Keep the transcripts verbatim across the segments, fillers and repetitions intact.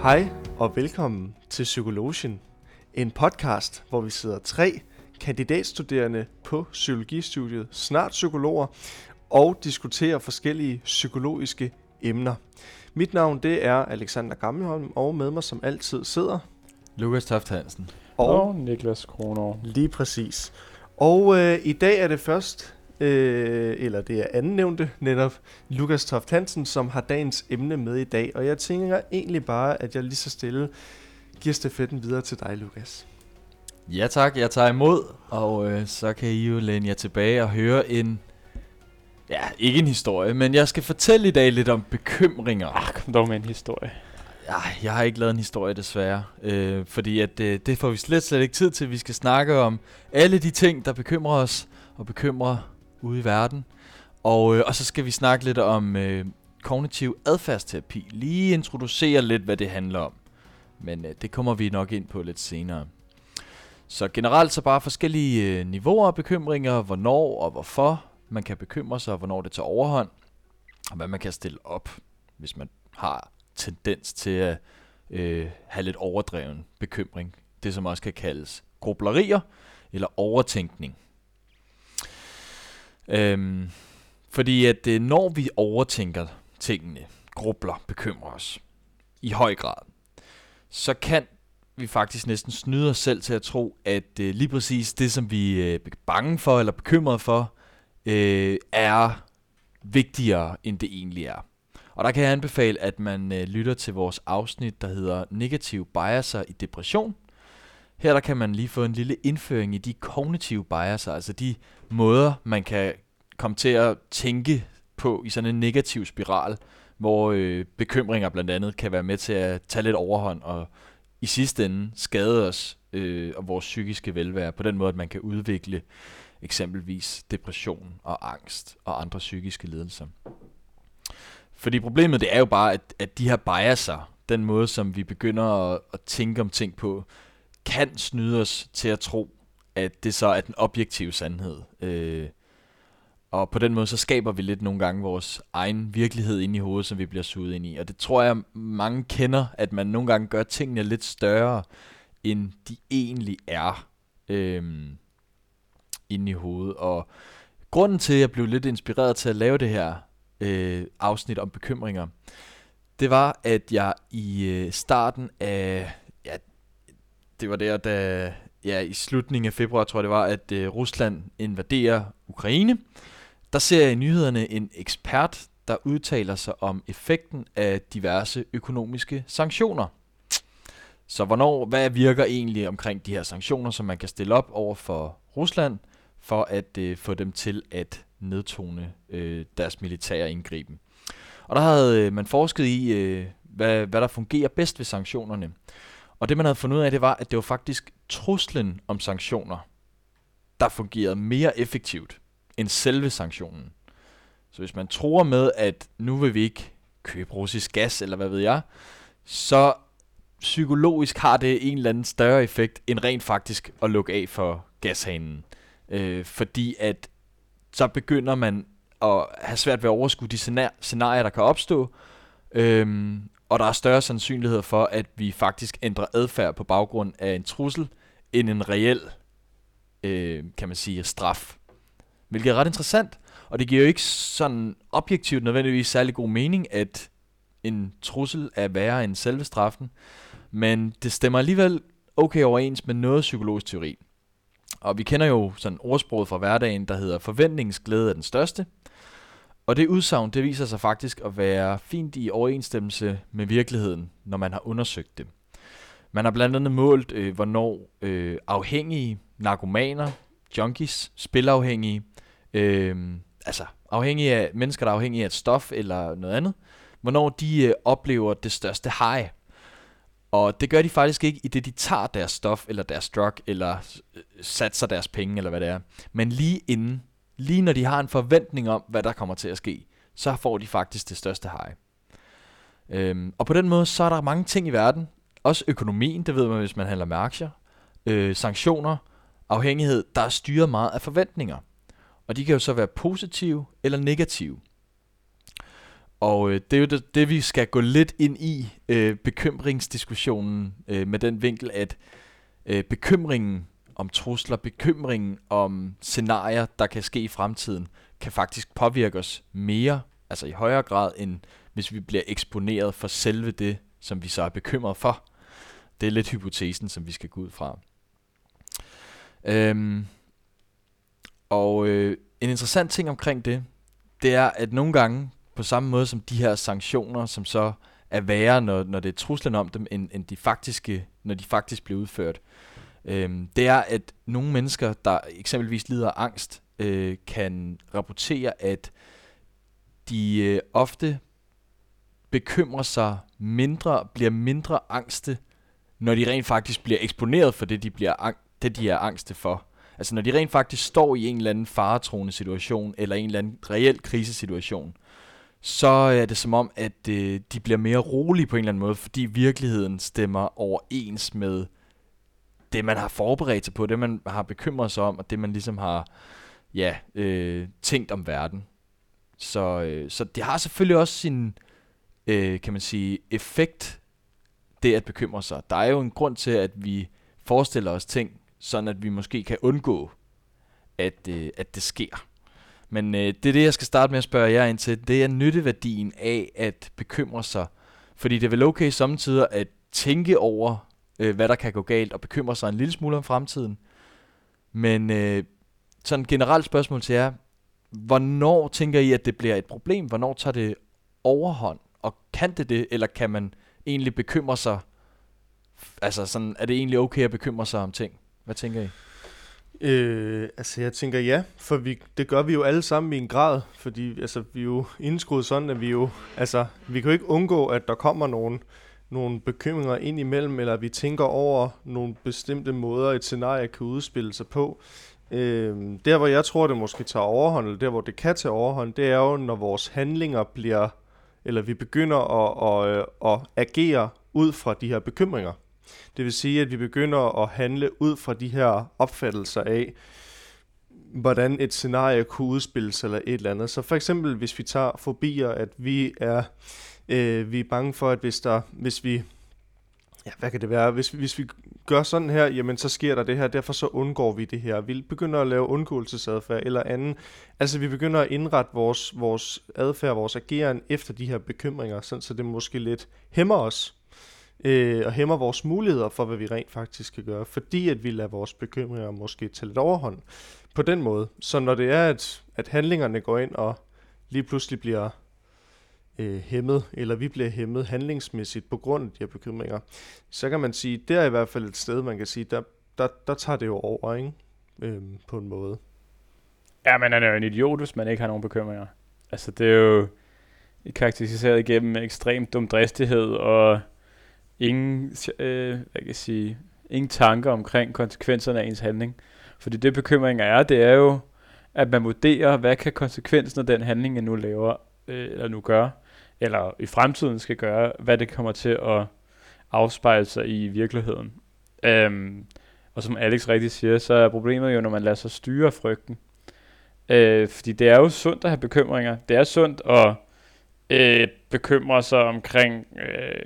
Hej og velkommen til Psykologien, en podcast, hvor vi sidder tre kandidatstuderende på psykologistudiet, snart psykologer, og diskuterer forskellige psykologiske emner. Mit navn det er Alexander Gammelholm, og med mig som altid sidder Lukas Toft Hansen og, og Niklas Kronov. Lige præcis. Og øh, i dag er det først, øh, eller det er anden nævnte, netop Lukas Toft Hansen, som har dagens emne med i dag. Og jeg tænker egentlig bare, at jeg lige så stille giver stafetten videre til dig, Lukas. Ja tak, jeg tager imod, og øh, så kan I jo læne jer tilbage og høre en, ja, ikke en historie, men jeg skal fortælle i dag lidt om bekymringer. Ah, kom dog med en historie. Ja, jeg har ikke lavet en historie desværre, øh, fordi at, øh, det får vi slet, slet ikke tid til. Vi skal snakke om alle de ting, der bekymrer os og bekymrer ude i verden. Og, øh, og så skal vi snakke lidt om øh, kognitiv adfærdsterapi. Lige introducere lidt, hvad det handler om. Men øh, det kommer vi nok ind på lidt senere. Så generelt så bare forskellige øh, niveauer af bekymringer, hvornår og hvorfor man kan bekymre sig, og hvornår det tager overhånd, og hvad man kan stille op, hvis man har tendens til at øh, have lidt overdreven bekymring. Det som også kan kaldes grublerier eller overtænkning. Øhm, fordi at øh, når vi overtænker tingene, grubler, bekymrer os i høj grad, så kan vi faktisk næsten snyde os selv til at tro, at øh, lige præcis det, som vi øh, er bange for eller bekymret for, øh, er vigtigere, end det egentlig er. Og der kan jeg anbefale, at man øh, lytter til vores afsnit, der hedder Negative biaser i depression. Her der kan man lige få en lille indføring i de kognitive biaser, altså de måder, man kan komme til at tænke på i sådan en negativ spiral, hvor øh, bekymringer blandt andet kan være med til at tage lidt overhånd og i sidste ende skade os øh, og vores psykiske velvære på den måde, at man kan udvikle eksempelvis depression og angst og andre psykiske lidelser. Fordi problemet det er jo bare, at, at de her biaser, den måde som vi begynder at, at tænke om ting på, kan snyde os til at tro, at det så er den objektive sandhed. Øh, og på den måde så skaber vi lidt nogle gange vores egen virkelighed inde i hovedet, som vi bliver suget ind i. Og det tror jeg mange kender, at man nogle gange gør tingene lidt større, end de egentlig er øh, inde i hovedet. Og grunden til, at jeg blev lidt inspireret til at lave det her øh, afsnit om bekymringer, det var, at jeg i øh, starten af, ja, det var der, da, ja, i slutningen af februar, tror jeg det var, at øh, Rusland invaderer Ukraine. Der ser jeg i nyhederne en ekspert, der udtaler sig om effekten af diverse økonomiske sanktioner. Så hvornår, hvad virker egentlig omkring de her sanktioner, som man kan stille op over for Rusland, for at øh, få dem til at nedtone øh, deres militære indgriben. Og der havde øh, man forsket i, øh, hvad, hvad der fungerer bedst ved sanktionerne. Og det man havde fundet ud af, det var, at det var faktisk truslen om sanktioner, der fungerede mere effektivt end selve sanktionen. Så hvis man tror med, at nu vil vi ikke købe russisk gas, eller hvad ved jeg, så psykologisk har det en eller anden større effekt, end rent faktisk at lukke af for gashanen. Øh, fordi at så begynder man at have svært ved at overskue de scenarier, der kan opstå, øhm, og der er større sandsynlighed for, at vi faktisk ændrer adfærd på baggrund af en trussel, end en reel, øh, kan man sige, straf. Hvilket er ret interessant, og det giver jo ikke sådan objektivt nødvendigvis særlig god mening, at en trussel er værre end selve straffen, men det stemmer alligevel okay overens med noget psykologisk teori. Og vi kender jo sådan ordsproget fra hverdagen, der hedder forventningsglæde er den største. Og det udsagn, det viser sig faktisk at være fint i overensstemmelse med virkeligheden, når man har undersøgt det. Man har blandt andet målt, øh, hvornår øh, afhængige, narkomaner, junkies, spilafhængige, øh, altså afhængige af mennesker, der er afhængige af et stof eller noget andet, hvornår de øh, oplever det største high. Og det gør de faktisk ikke i det, de tager deres stof, eller deres drug, eller satser deres penge, eller hvad det er. Men lige inden, lige når de har en forventning om, hvad der kommer til at ske, så får de faktisk det største high. Øhm, og på den måde, så er der mange ting i verden. Også økonomien, det ved man, hvis man handler med aktier. Øh, sanktioner, afhængighed, der er styret meget af forventninger. Og de kan jo så være positive eller negative. Og øh, det er jo det, det, vi skal gå lidt ind i, øh, bekymringsdiskussionen, øh, med den vinkel, at øh, bekymringen om trusler, bekymringen om scenarier, der kan ske i fremtiden, kan faktisk påvirke os mere, altså i højere grad, end hvis vi bliver eksponeret for selve det, som vi så er bekymret for. Det er lidt hypotesen, som vi skal gå ud fra. Øhm, og øh, en interessant ting omkring det, det er, at nogle gange, på samme måde som de her sanktioner, som så er værre, når, når det er truslen om dem, end, end de faktiske, når de faktisk bliver udført, øhm, det er, at nogle mennesker, der eksempelvis lider af angst, øh, kan rapportere, at de øh, ofte bekymrer sig mindre, bliver mindre angste, når de rent faktisk bliver eksponeret for det, de, bliver ang- det, de er angste for. Altså når de rent faktisk står i en eller anden faretruende situation, eller en eller anden reel krisesituation, så er det som om, at øh, de bliver mere rolige på en eller anden måde, fordi virkeligheden stemmer overens med det, man har forberedt sig på, det, man har bekymret sig om, og det, man ligesom har ja, øh, tænkt om verden. Så, øh, så det har selvfølgelig også sin, øh, kan man sige, effekt, det at bekymre sig. Der er jo en grund til, at vi forestiller os ting, sådan at vi måske kan undgå, at, øh, at det sker. Men øh, det er det, jeg skal starte med at spørge jer ind til. Det er nytteværdien af at bekymre sig. Fordi det er vel okay samtidig at tænke over, øh, hvad der kan gå galt, og bekymre sig en lille smule om fremtiden. Men øh, sådan et generelt spørgsmål til jer. Hvornår tænker I, at det bliver et problem? Hvornår tager det overhånd? Og kan det det, eller kan man egentlig bekymre sig? Altså sådan, er det egentlig okay at bekymre sig om ting? Hvad tænker I? Øh, altså jeg tænker ja, for vi, det gør vi jo alle sammen i en grad, fordi altså, vi er jo indskruet sådan, at vi jo, altså vi kan jo ikke undgå, at der kommer nogle, nogle bekymringer ind imellem, eller vi tænker over nogle bestemte måder, et scenarie kan udspille sig på. Øh, der hvor jeg tror, det måske tager overhånd, eller der hvor det kan tage overhånd, det er jo, når vores handlinger bliver, eller vi begynder at, at, at agere ud fra de her bekymringer. Det vil sige, at vi begynder at handle ud fra de her opfattelser af, hvordan et scenarie kunne udspille sig eller et eller andet. Så for eksempel, hvis vi tager fobier, at vi er, øh, vi er bange for, at hvis, der, hvis vi, ja, hvad kan det være, hvis, hvis vi gør sådan her, jamen så sker der det her, derfor så undgår vi det her. Vi begynder at lave undgåelsesadfærd eller anden. Altså vi begynder at indrette vores, vores adfærd, vores ageren efter de her bekymringer, sådan, så det måske lidt hæmmer os. Øh, og hæmmer vores muligheder for, hvad vi rent faktisk kan gøre, fordi at vi lader vores bekymringer måske tage lidt overhånd på den måde. Så når det er, at, at handlingerne går ind og lige pludselig bliver øh, hæmmet, eller vi bliver hæmmet handlingsmæssigt på grund af de her bekymringer, så kan man sige, det er i hvert fald et sted, man kan sige, der, der, der tager det jo over, ikke? Øh, på en måde. Ja, men han er jo en idiot, hvis man ikke har nogen bekymringer. Altså det er jo karakteriseret igennem ekstremt dum dristighed og ingen, øh, hvad kan jeg sige, ingen tanker omkring konsekvenserne af ens handling. Fordi det bekymringer er, det er jo, at man vurderer, hvad kan konsekvensen af den handling, jeg nu laver, øh, eller nu gør, eller i fremtiden skal gøre, hvad det kommer til at afspejle sig i virkeligheden. Øhm, og som Alex rigtig siger, så er problemet jo, når man lader sig styre af frygten. Øh, fordi det er jo sundt at have bekymringer. Det er sundt at øh, bekymre sig omkring øh,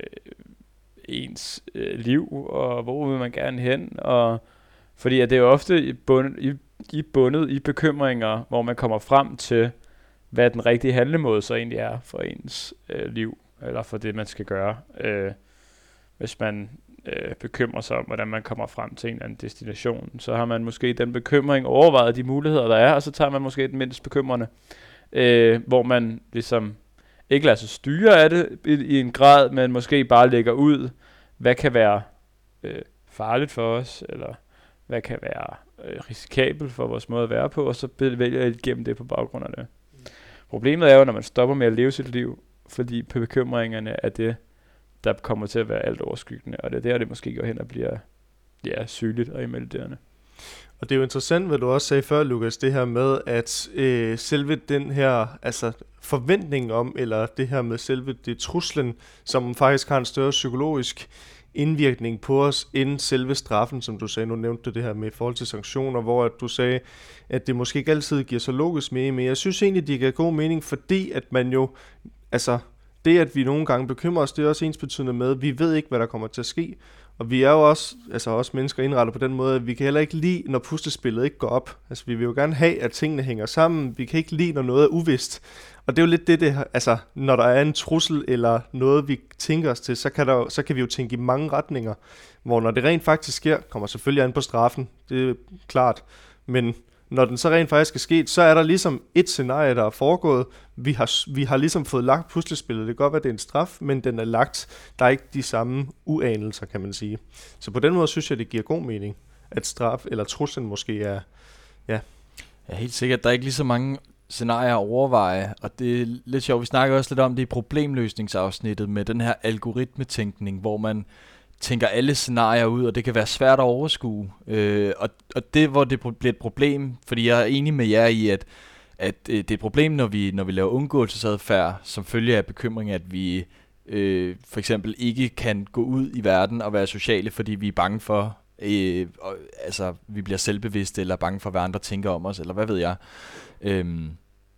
ens øh, liv, og hvor vil man gerne hen, og fordi at det er jo ofte i bundet, i, i bundet i bekymringer, hvor man kommer frem til, hvad den rigtige handlemåde så egentlig er for ens øh, liv, eller for det, man skal gøre, øh, hvis man øh, bekymrer sig om, hvordan man kommer frem til en eller anden destination. Så har man måske den bekymring overvejet de muligheder, der er, og så tager man måske den mindst bekymrende, øh, hvor man ligesom ikke lader sig styre af det i, i en grad, men måske bare lægger ud, hvad kan være øh, farligt for os, eller hvad kan være øh, risikabelt for vores måde at være på, og så vælger jeg igennem det på baggrund af det. Problemet er jo, når man stopper med at leve sit liv, fordi bekymringerne er det, der kommer til at være alt overskyggende, og det er der, det måske går hen og bliver ja, sygeligt og invaliderende. Og det er jo interessant, hvad du også sagde før, Lukas, det her med, at øh, selve den her altså forventning om, eller det her med selve det truslen, som faktisk har en større psykologisk indvirkning på os, end selve straffen, som du sagde. Nu nævnte du det her med i forhold til sanktioner, hvor at du sagde, at det måske ikke altid giver så logisk mening, men jeg synes egentlig, det giver god mening, fordi at man jo, altså, det at vi nogle gange bekymrer os, det er også ensbetydende med, at vi ved ikke, hvad der kommer til at ske. Og vi er jo også, altså også mennesker indrettet på den måde, at vi kan heller ikke lide, når puslespillet ikke går op. Altså vi vil jo gerne have, at tingene hænger sammen. Vi kan ikke lide, når noget er uvist. Og det er jo lidt det, det altså når der er en trussel eller noget, vi tænker os til, så kan, der, så kan vi jo tænke i mange retninger. Hvor når det rent faktisk sker, kommer selvfølgelig an på straffen, det er klart. Men når den så rent faktisk er sket, så er der ligesom et scenarie, der er foregået. Vi har, vi har ligesom fået lagt puslespillet. Det kan godt være, det er en straf, men den er lagt. Der er ikke de samme uanelser, kan man sige. Så på den måde synes jeg, det giver god mening, at straf eller truslen måske er, ja. Ja, helt sikkert. Der er ikke lige så mange scenarier at overveje, og det er lidt sjovt. Vi snakker også lidt om det i problemløsningsafsnittet med den her algoritmetænkning, hvor man tænker alle scenarier ud, og det kan være svært at overskue. Øh, og, og det, hvor det bliver et problem, fordi jeg er enig med jer i, at, at øh, det er et problem, når vi, når vi laver undgåelsesadfærd, som følge af bekymring, at vi øh, for eksempel ikke kan gå ud i verden og være sociale, fordi vi er bange for, øh, og, altså vi bliver selvbevidste, eller bange for, hvad andre tænker om os, eller hvad ved jeg. Øhm,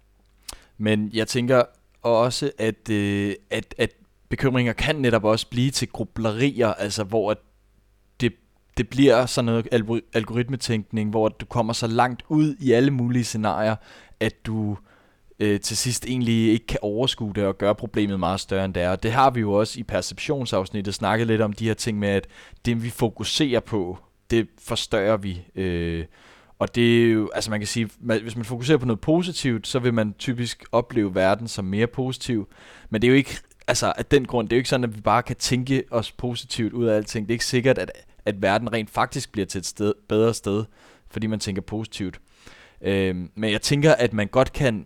men jeg tænker også, at, øh, at, at bekymringer kan netop også blive til grublerier, altså hvor det, det bliver sådan noget algoritmetænkning, hvor du kommer så langt ud i alle mulige scenarier, at du øh, til sidst egentlig ikke kan overskue det og gøre problemet meget større end det er. Og det har vi jo også i perceptionsafsnittet snakket lidt om, de her ting med, at det vi fokuserer på, det forstørrer vi. Øh, og det er jo, altså man kan sige, hvis man fokuserer på noget positivt, så vil man typisk opleve verden som mere positiv. Men det er jo ikke, altså af den grund, det er jo ikke sådan, at vi bare kan tænke os positivt ud af alting. Det er ikke sikkert, at, at verden rent faktisk bliver til et sted, bedre sted, fordi man tænker positivt. Øhm, men jeg tænker, at man godt kan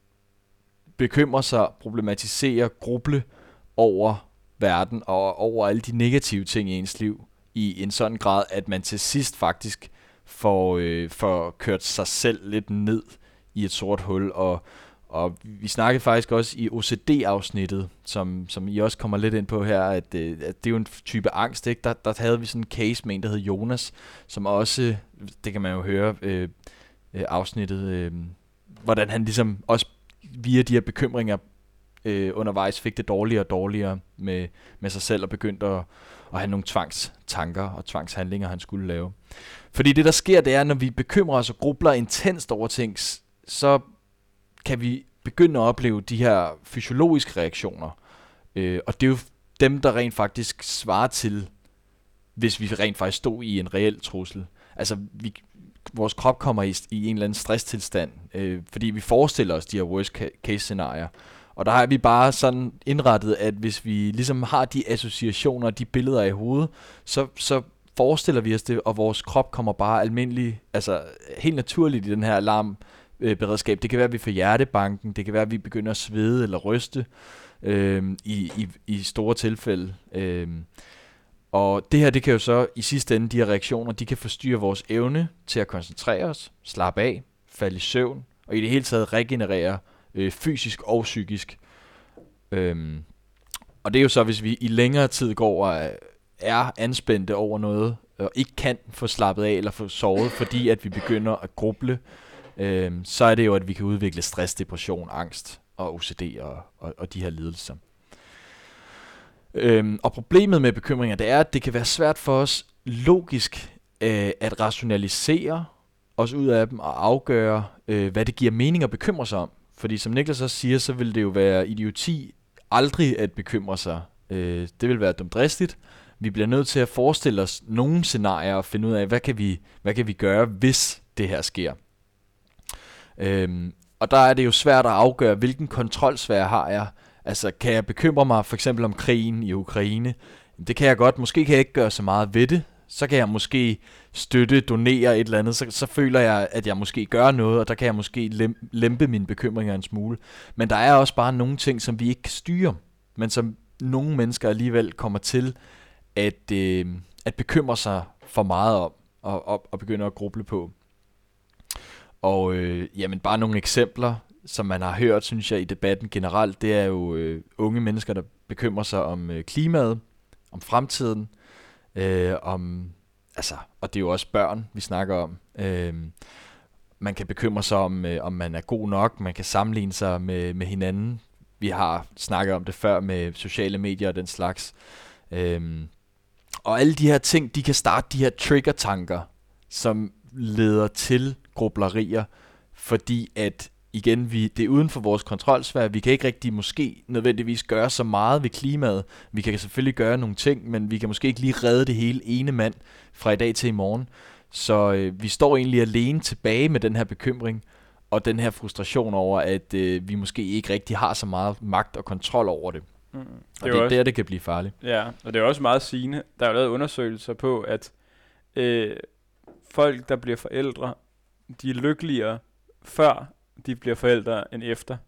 bekymre sig, problematisere, gruble over verden og over alle de negative ting i ens liv i en sådan grad, at man til sidst faktisk får, øh, får kørt sig selv lidt ned i et sort hul. Og, og vi snakkede faktisk også i O C D-afsnittet, som, som I også kommer lidt ind på her, at, øh, at det er jo en type angst, ikke? Der, der havde vi sådan en case med en, der hed Jonas, som også, det kan man jo høre, øh, øh, afsnittet, øh, hvordan han ligesom også via de her bekymringer øh, undervejs fik det dårligere og dårligere med, med sig selv og begyndte at, at have nogle tvangstanker og tvangshandlinger, han skulle lave. Fordi det, der sker, det er, når vi bekymrer os og grubler intenst over ting, så kan vi begynde at opleve de her fysiologiske reaktioner. Øh, og det er jo dem, der rent faktisk svarer til, hvis vi rent faktisk stod i en reel trussel. Altså, vi, vores krop kommer i, i en eller anden stresstilstand, øh, fordi vi forestiller os de her worst case scenarier. Og der har vi bare sådan indrettet, at hvis vi ligesom har de associationer, de billeder i hovedet, så, så forestiller vi os det, og vores krop kommer bare almindeligt, altså helt naturligt i den her alarmberedskab. Det kan være, at vi får hjertebanken, det kan være, at vi begynder at svede eller ryste øh, i, i, i store tilfælde. Øh, og det her, det kan jo så i sidste ende, de her reaktioner, de kan forstyrre vores evne til at koncentrere os, slappe af, falde i søvn, og i det hele taget regenerere øh, fysisk og psykisk. Øhm, og det er jo så, hvis vi i længere tid går og er anspændte over noget, og ikke kan få slappet af eller få sovet, fordi at vi begynder at gruble, øhm, så er det jo, at vi kan udvikle stress, depression, angst og O C D og, og, og de her lidelser. Øhm, og problemet med bekymringer, det er, at det kan være svært for os logisk øh, at rationalisere os ud af dem og afgøre, øh, hvad det giver mening at bekymre sig om. Fordi som Niklas også siger, så vil det jo være idioti aldrig at bekymre sig. Øh, det vil være dumdristigt. Vi bliver nødt til at forestille os nogle scenarier og finde ud af, hvad kan vi, hvad kan vi gøre, hvis det her sker. Øhm, og der er det jo svært at afgøre, hvilken kontrolsfære har jeg. Altså, kan jeg bekymre mig for eksempel om krigen i Ukraine? Det kan jeg godt. Måske kan jeg ikke gøre så meget ved det. Så kan jeg måske støtte, donere et eller andet. Så, så føler jeg, at jeg måske gør noget, og der kan jeg måske lem- lempe mine bekymringer en smule. Men der er også bare nogle ting, som vi ikke kan styre, men som nogle mennesker alligevel kommer til at, øh, at bekymre sig for meget om, og, og, og begynde at gruble på. Og øh, jamen bare nogle eksempler, som man har hørt, synes jeg, i debatten generelt, det er jo øh, unge mennesker, der bekymrer sig om øh, klimaet, om fremtiden, øh, om, altså, og det er jo også børn, vi snakker om. Øh, man kan bekymre sig om, øh, om man er god nok, man kan sammenligne sig med, med hinanden, vi har snakket om det før med sociale medier og den slags. Øhm, og alle de her ting, de kan starte de her trigger-tanker, som leder til grublerier, fordi at igen, vi, det er uden for vores kontrolsfære. Vi kan ikke rigtig måske nødvendigvis gøre så meget ved klimaet. Vi kan selvfølgelig gøre nogle ting, men vi kan måske ikke lige redde det hele ene mand fra i dag til i morgen. Så øh, vi står egentlig alene tilbage med den her bekymring og den her frustration over, at øh, vi måske ikke rigtig har så meget magt og kontrol over det. Mm. Det og det er også der, det kan blive farligt. Ja, og det er også meget sigende. Der er jo lavet undersøgelser på, at øh, folk, der bliver forældre, de er lykkeligere før de bliver forældre end efter.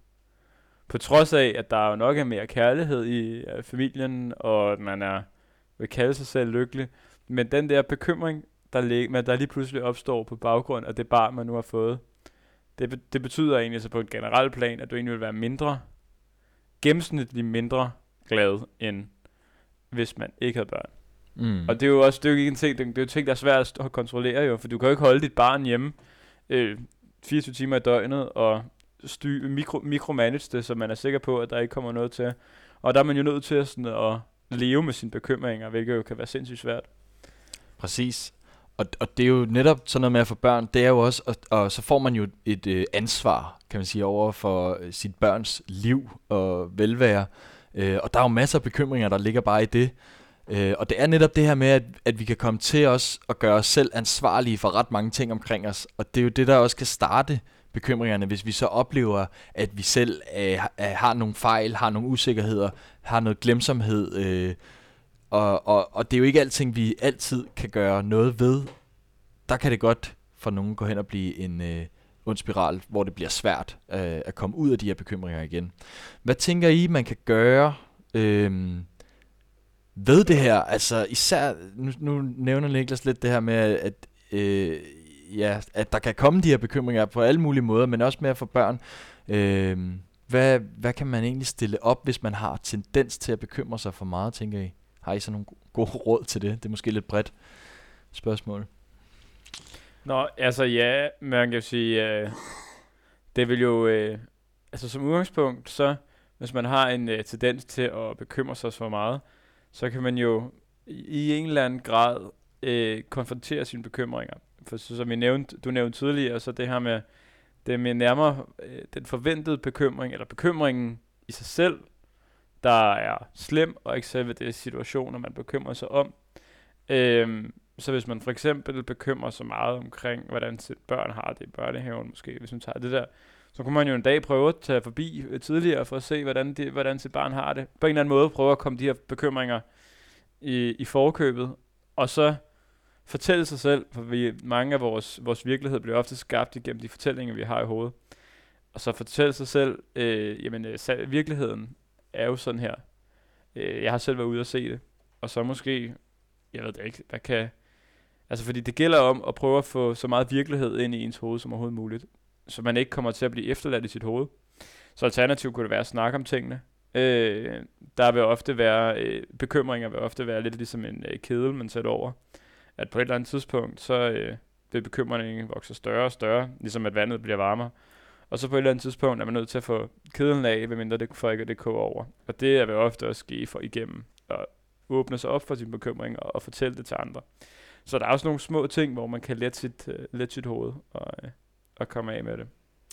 På trods af, at der jo nok er mere kærlighed i uh, familien, og at man er, vil kalde sig selv lykkelig. Men den der bekymring, der, lig, men der lige pludselig opstår på baggrund af det barn, man nu har fået, det, be, det betyder egentlig så på et generelt plan, at du egentlig vil være mindre, gennemsnitligt mindre glad, end hvis man ikke havde børn. Mm. Og det er jo også, det er jo ikke en ting, det er jo ting, der er svært at kontrollere jo, for du kan jo ikke holde dit barn hjemme øh, fireogtyve timer i døgnet og sty- mikro, mikromanage det, så man er sikker på, at der ikke kommer noget til. Og der er man jo nødt til sådan at leve med sine bekymringer, hvilket jo kan være sindssygt svært. Præcis. Og, og det er jo netop sådan noget med at få børn, det er jo også, og, og så får man jo et øh, ansvar, kan man sige, over for øh, sit børns liv og velvære. Øh, og der er jo masser af bekymringer, der ligger bare i det. Øh, og det er netop det her med, at, at vi kan komme til os og gøre os selv ansvarlige for ret mange ting omkring os. Og det er jo det, der også kan starte bekymringerne, hvis vi så oplever, at vi selv øh, har nogle fejl, har nogle usikkerheder, har noget glemsomhed. Øh, og, og, og det er jo ikke alting, vi altid kan gøre noget ved. Der kan det godt for nogen gå hen og blive en øh, ond spiral, hvor det bliver svært øh, at komme ud af de her bekymringer igen. Hvad tænker I, man kan gøre øh, ved det her? Altså især, nu, nu nævner Niklas lidt det her med, at, øh, ja, at der kan komme de her bekymringer på alle mulige måder, men også med at få børn. Øh, hvad, hvad kan man egentlig stille op, hvis man har tendens til at bekymre sig for meget, tænker I? Har I så nogle gode råd til det? Det er måske lidt bredt spørgsmål. Nå, altså ja, man kan jo sige, øh, det vil jo, øh, altså som udgangspunkt, så hvis man har en øh, tendens til at bekymre sig så meget, så kan man jo i en eller anden grad øh, konfrontere sine bekymringer. For så, som vi nævnte, du nævnte tidligere, så det her med, det med nærmere øh, den forventede bekymring, eller bekymringen i sig selv, der er slem, og ikke selve det situationer, man bekymrer sig om. Øhm, så hvis man for eksempel bekymrer sig meget omkring, hvordan sit børn har det i børnehaven, måske hvis man tager det der, så kunne man jo en dag prøve at tage forbi tidligere, for at se, hvordan, de, hvordan sit barn har det. På en eller anden måde prøve at komme de her bekymringer i, i forkøbet, og så fortælle sig selv, for vi, mange af vores, vores virkelighed bliver ofte skabt igennem de fortællinger, vi har i hovedet. Og så fortælle sig selv, øh, jamen øh, virkeligheden er jo sådan her. Øh, jeg har selv været ude og se det, og så måske, jeg ved det ikke, hvad kan... Altså fordi det gælder om at prøve at få så meget virkelighed ind i ens hoved som overhovedet muligt, så man ikke kommer til at blive efterladt i sit hoved. Så alternativt kunne det være at snakke om tingene. Øh, der vil ofte være, øh, bekymringer vil ofte være lidt ligesom en øh, kedel, man sætter over. At på et eller andet tidspunkt, så øh, vil bekymringen vokse større og større, ligesom at vandet bliver varmere. Og så på et eller andet tidspunkt er man nødt til at få kedlen af, medmindre det for ikke det koger over. Og det er vil ofte også ske for igennem at åbne sig op for sine bekymringer og fortælle det til andre. Så der er også nogle små ting, hvor man kan lette sit, uh, lette sit hoved og, uh, og komme af med det.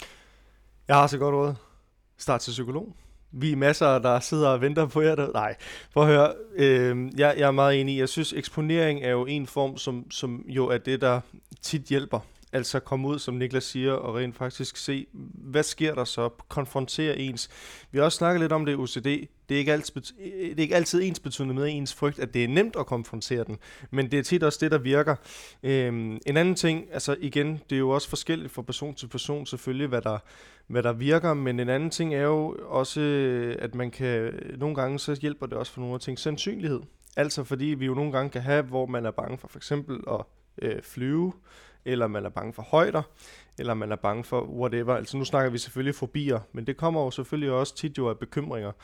Jeg har så godt råd. Start til psykolog. Vi er masser, der sidder og venter på jer. Der. Nej, prøv at høre. Øh, jeg, jeg er meget enig. Jeg synes, eksponering er jo en form, som, som jo er det, der tit hjælper. Altså komme ud, som Niklas siger, og rent faktisk se, hvad sker der så? Konfrontere ens. Vi har også snakket lidt om det i O C D. Det er ikke altid, det er ikke altid ens betydende med ens frygt, at det er nemt at konfrontere den. Men det er tit også det, der virker. Øhm, en anden ting, altså igen, det er jo også forskelligt fra person til person selvfølgelig, hvad der, hvad der virker. Men en anden ting er jo også, at man kan, nogle gange så hjælper det også for nogle af ting, sandsynlighed. Altså fordi vi jo nogle gange kan have, hvor man er bange for for eksempel at øh, flyve, eller man er bange for højder, eller man er bange for whatever. Altså nu snakker vi selvfølgelig fobier, men det kommer jo selvfølgelig også tit jo af bekymringer.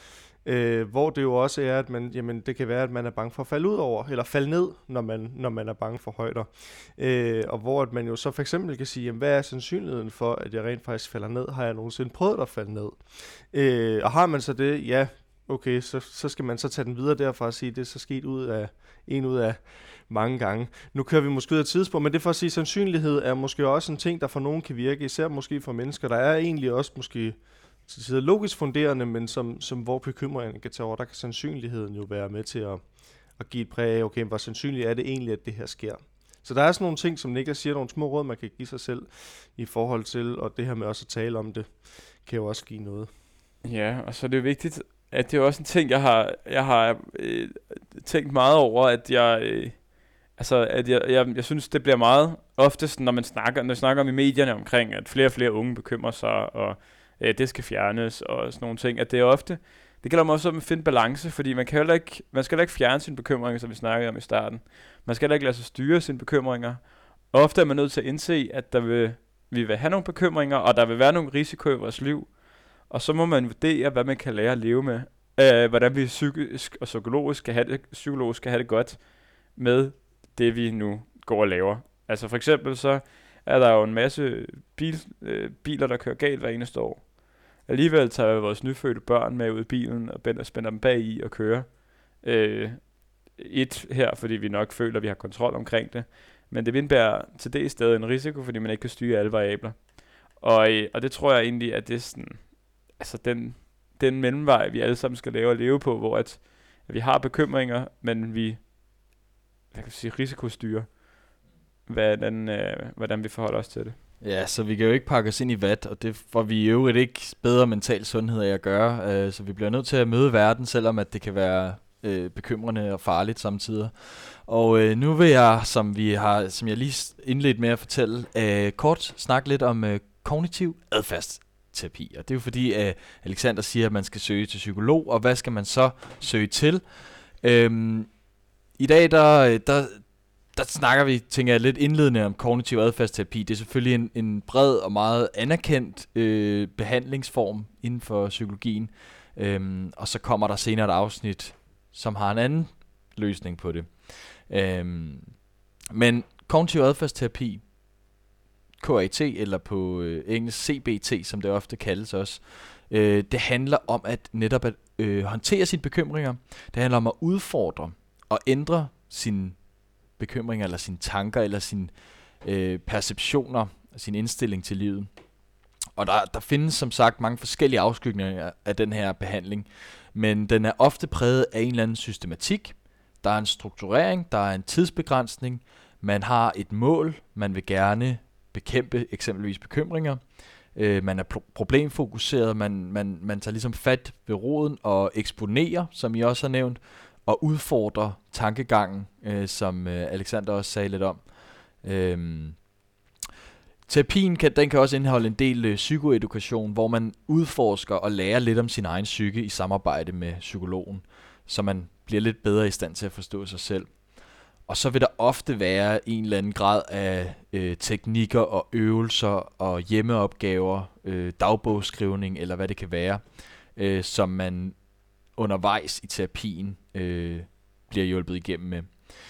Øh, hvor det jo også er, at man, jamen, det kan være, at man er bange for at falde ud over, eller falde ned, når man, når man er bange for højder. Øh, og hvor at man jo så for eksempel kan sige, jamen, hvad er sandsynligheden for, at jeg rent faktisk falder ned? Har jeg nogensinde prøvet at falde ned? Øh, og har man så det, ja, okay, så, så skal man så tage den videre derfra og sige, at det er så sket ud af, en ud af mange gange. Nu kører vi måske ud af tidspunkt, men det er for at sige, at sandsynlighed er måske også en ting, der for nogen kan virke, især måske for mennesker, der er egentlig også måske til tider logisk funderende, men som, som hvor bekymringen kan tage over, der kan sandsynligheden jo være med til at, at give et præg af, okay, hvor sandsynligt er det egentlig, at det her sker. Så der er sådan nogle ting, som Niklas siger, nogle små råd, man kan give sig selv i forhold til, og det her med også at tale om det, kan jo også give noget. Ja, og så er det jo vigtigt, at det er også en ting, jeg har, jeg har øh, tænkt meget over, at jeg, øh, altså, at jeg, jeg, jeg synes, det bliver meget oftest, når man snakker, når man snakker om i medierne omkring, at flere og flere unge bekymrer sig, og øh, det skal fjernes, og sådan nogle ting, at det er ofte, det gælder også om at finde balance, fordi man kan heller ikke, man skal heller ikke fjerne sine bekymringer, som vi snakkede om i starten. Man skal heller ikke lade sig styre sine bekymringer. Ofte er man nødt til at indse, at der vil, vi vil have nogle bekymringer, og der vil være nogle risiko i vores liv, og så må man vurdere, hvad man kan lære at leve med. Øh, hvordan vi psykisk og psykologisk skal, have det, psykologisk skal have det godt med det, vi nu går og laver. Altså for eksempel så er der jo en masse bil, øh, biler, der kører galt hver eneste år. Alligevel tager vi vores nyfødte børn med ud i bilen og spænder dem bag i og kører. Øh, et her, fordi vi nok føler, at vi har kontrol omkring det. Men det indebærer til det sted en risiko, fordi man ikke kan styre alle variabler. Og, og det tror jeg egentlig, at det er sådan, altså den, den mellemvej, vi alle sammen skal lave og leve på, hvor at, at vi har bekymringer, men vi hvad kan jeg sige, risikostyrer, hvordan, øh, hvordan vi forholder os til det. Ja, så vi kan jo ikke pakke os ind i vat, og det får vi i øvrigt ikke bedre mental sundhed af at gøre, øh, så vi bliver nødt til at møde verden, selvom at det kan være øh, bekymrende og farligt samtidig. Og øh, nu vil jeg, som vi har, som jeg lige indledt med at fortælle, øh, kort snakke lidt om øh, kognitiv adfærdsterapi. Og det er jo fordi, at Alexander siger, at man skal søge til psykolog, og hvad skal man så søge til? Øhm, I dag, der, der, der snakker vi, tænker jeg, lidt indledende om kognitiv adfærdsterapi. Det er selvfølgelig en, en bred og meget anerkendt øh, behandlingsform inden for psykologien. Øhm, og så kommer der senere et afsnit, som har en anden løsning på det. Øhm, men kognitiv adfærdsterapi, K A T, eller på øh, engelsk C B T, som det ofte kaldes også, øh, det handler om at netop at øh, håndtere sine bekymringer. Det handler om at udfordre og ændre sine bekymringer, eller sine tanker, eller sine øh, perceptioner, sin indstilling til livet. Og der, der findes som sagt mange forskellige afskygninger af den her behandling, men den er ofte præget af en eller anden systematik. Der er en strukturering, der er en tidsbegrænsning, man har et mål, man vil gerne bekæmpe eksempelvis bekymringer. Øh, man er pro- problemfokuseret, man, man, man tager ligesom fat ved roden og eksponerer, som I også har nævnt, og udfordrer tankegangen, øh, som øh, Alexander også sagde lidt om. Øhm, terapien kan, den kan også indeholde en del øh, psykoedukation, hvor man udforsker og lærer lidt om sin egen psyke i samarbejde med psykologen, så man bliver lidt bedre i stand til at forstå sig selv. Og så vil der ofte være en eller anden grad af øh, teknikker og øvelser og hjemmeopgaver, øh, dagbogsskrivning eller hvad det kan være, øh, som man undervejs i terapien øh, bliver hjulpet igennem med.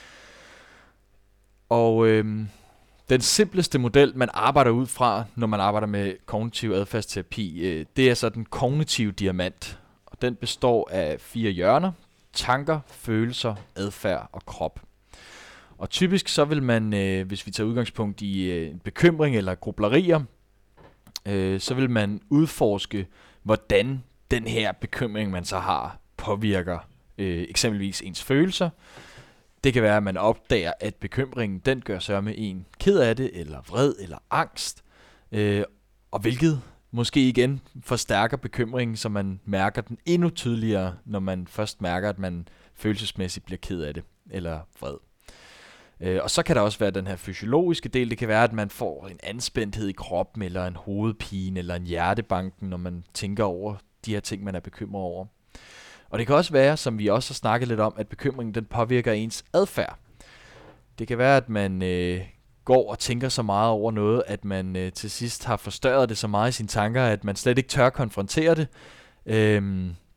Og øh, den simpleste model, man arbejder ud fra, når man arbejder med kognitiv adfærdsterapi, øh, det er så den kognitive diamant. Og den består af fire hjørner: tanker, følelser, adfærd og krop. Og typisk så vil man, øh, hvis vi tager udgangspunkt i øh, en bekymring eller grublerier, øh, så vil man udforske, hvordan den her bekymring, man så har, påvirker øh, eksempelvis ens følelser. Det kan være, at man opdager, at bekymringen, den gør sig med en ked af det, eller vred, eller angst, øh, og hvilket måske igen forstærker bekymringen, så man mærker den endnu tydeligere, når man først mærker, at man følelsesmæssigt bliver ked af det, eller vred. Øh, og så kan der også være den her fysiologiske del. Det kan være, at man får en anspændthed i kroppen, eller en hovedpine, eller en hjertebanken, når man tænker over de her ting, man er bekymret over. Og det kan også være, som vi også har snakket lidt om, at bekymringen, den påvirker ens adfærd. Det kan være, at man øh, går og tænker så meget over noget, at man øh, til sidst har forstørret det så meget i sine tanker, at man slet ikke tør konfrontere det. Øhm,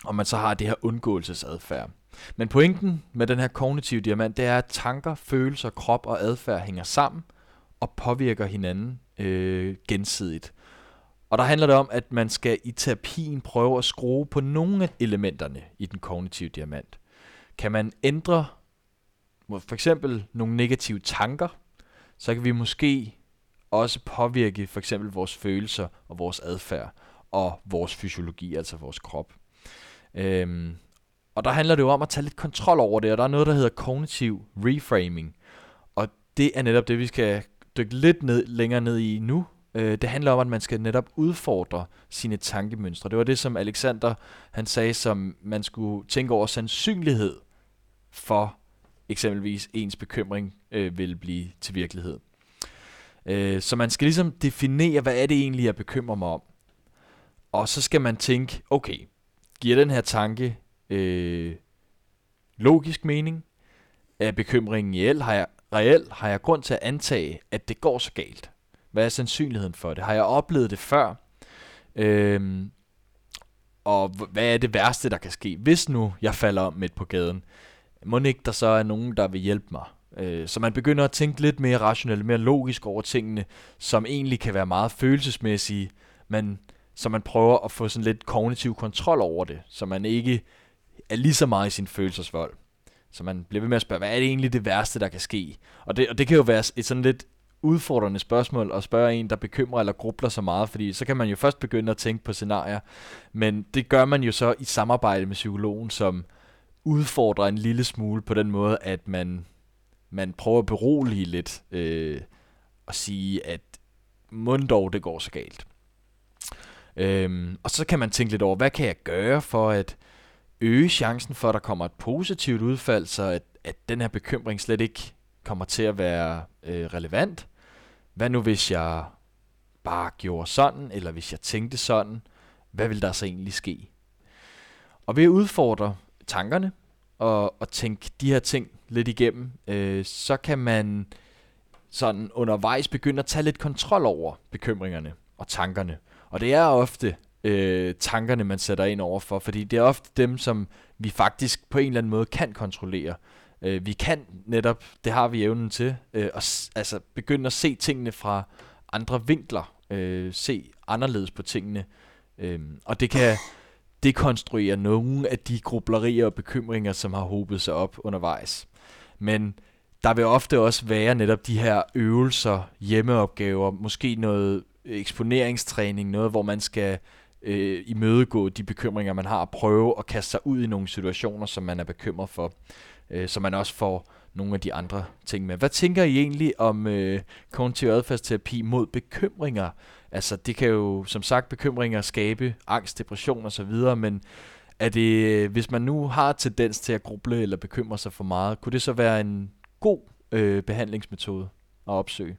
og man så har det her undgåelsesadfærd. Men pointen med den her kognitive diamant, det er, at tanker, følelser, krop og adfærd hænger sammen og påvirker hinanden øh, gensidigt. Og der handler det om, at man skal i terapien prøve at skrue på nogle af elementerne i den kognitive diamant. Kan man ændre for eksempel nogle negative tanker, så kan vi måske også påvirke for eksempel vores følelser og vores adfærd og vores fysiologi, altså vores krop. Øhm, og der handler det jo om at tage lidt kontrol over det, og der er noget, der hedder kognitiv reframing. Og det er netop det, vi skal dykke lidt ned, længere ned i nu. Øh, det handler om, at man skal netop udfordre sine tankemønstre. Det var det, som Alexander han sagde, som man skulle tænke over sandsynlighed for eksempelvis ens bekymring øh, vil blive til virkelighed. Øh, så man skal ligesom definere, hvad er det egentlig, jeg bekymrer mig om. Og så skal man tænke, okay, giver den her tanke øh, logisk mening? Er bekymringen reel? Har jeg, reel? Har jeg grund til at antage, at det går så galt? Hvad er sandsynligheden for det? Har jeg oplevet det før? Øhm, og hvad er det værste, der kan ske, hvis nu jeg falder om midt på gaden? Må ikke der så er nogen, der vil hjælpe mig? Øh, så man begynder at tænke lidt mere rationelt, mere logisk over tingene, som egentlig kan være meget følelsesmæssige, men så man prøver at få sådan lidt kognitiv kontrol over det, så man ikke er lige så meget i sin følelsesvold. Så man bliver ved med at spørge, hvad er det egentlig det værste, der kan ske? Og det, og det kan jo være et sådan lidt udfordrende spørgsmål at spørge en, der bekymrer eller grubler så meget, fordi så kan man jo først begynde at tænke på scenarier, men det gør man jo så i samarbejde med psykologen, som udfordrer en lille smule på den måde, at man, man prøver at berolige lidt øh, og sige, at mund dog, det går så galt. Øhm, og så kan man tænke lidt over, hvad kan jeg gøre for at øge chancen for, at der kommer et positivt udfald, så at, at den her bekymring slet ikke kommer til at være øh, relevant. Hvad nu hvis jeg bare gjorde sådan, eller hvis jeg tænkte sådan, hvad vil der så egentlig ske? Og ved at udfordre tankerne, og, og tænke de her ting lidt igennem, øh, så kan man sådan undervejs begynde at tage lidt kontrol over bekymringerne og tankerne. Og det er ofte øh, tankerne, man sætter ind over for, fordi det er ofte dem, som vi faktisk på en eller anden måde kan kontrollere. Øh, vi kan netop, det har vi evnen til, øh, at s- altså begynde at se tingene fra andre vinkler, øh, se anderledes på tingene, øh, og det kan dekonstruere nogle af de grublerier og bekymringer, som har hobet sig op undervejs. Men der vil ofte også være netop de her øvelser, hjemmeopgaver, måske noget eksponeringstræning, noget hvor man skal øh, imødegå de bekymringer, man har, og prøve at kaste sig ud i nogle situationer, som man er bekymret for, øh, så man også får nogle af de andre ting med. Hvad tænker I egentlig om øh, kognitiv adfærdsterapi mod bekymringer? Altså det kan jo som sagt bekymringer skabe angst, depression og så videre, men er det, hvis man nu har tendens til at gruble eller bekymre sig for meget, kunne det så være en god øh, behandlingsmetode at opsøge?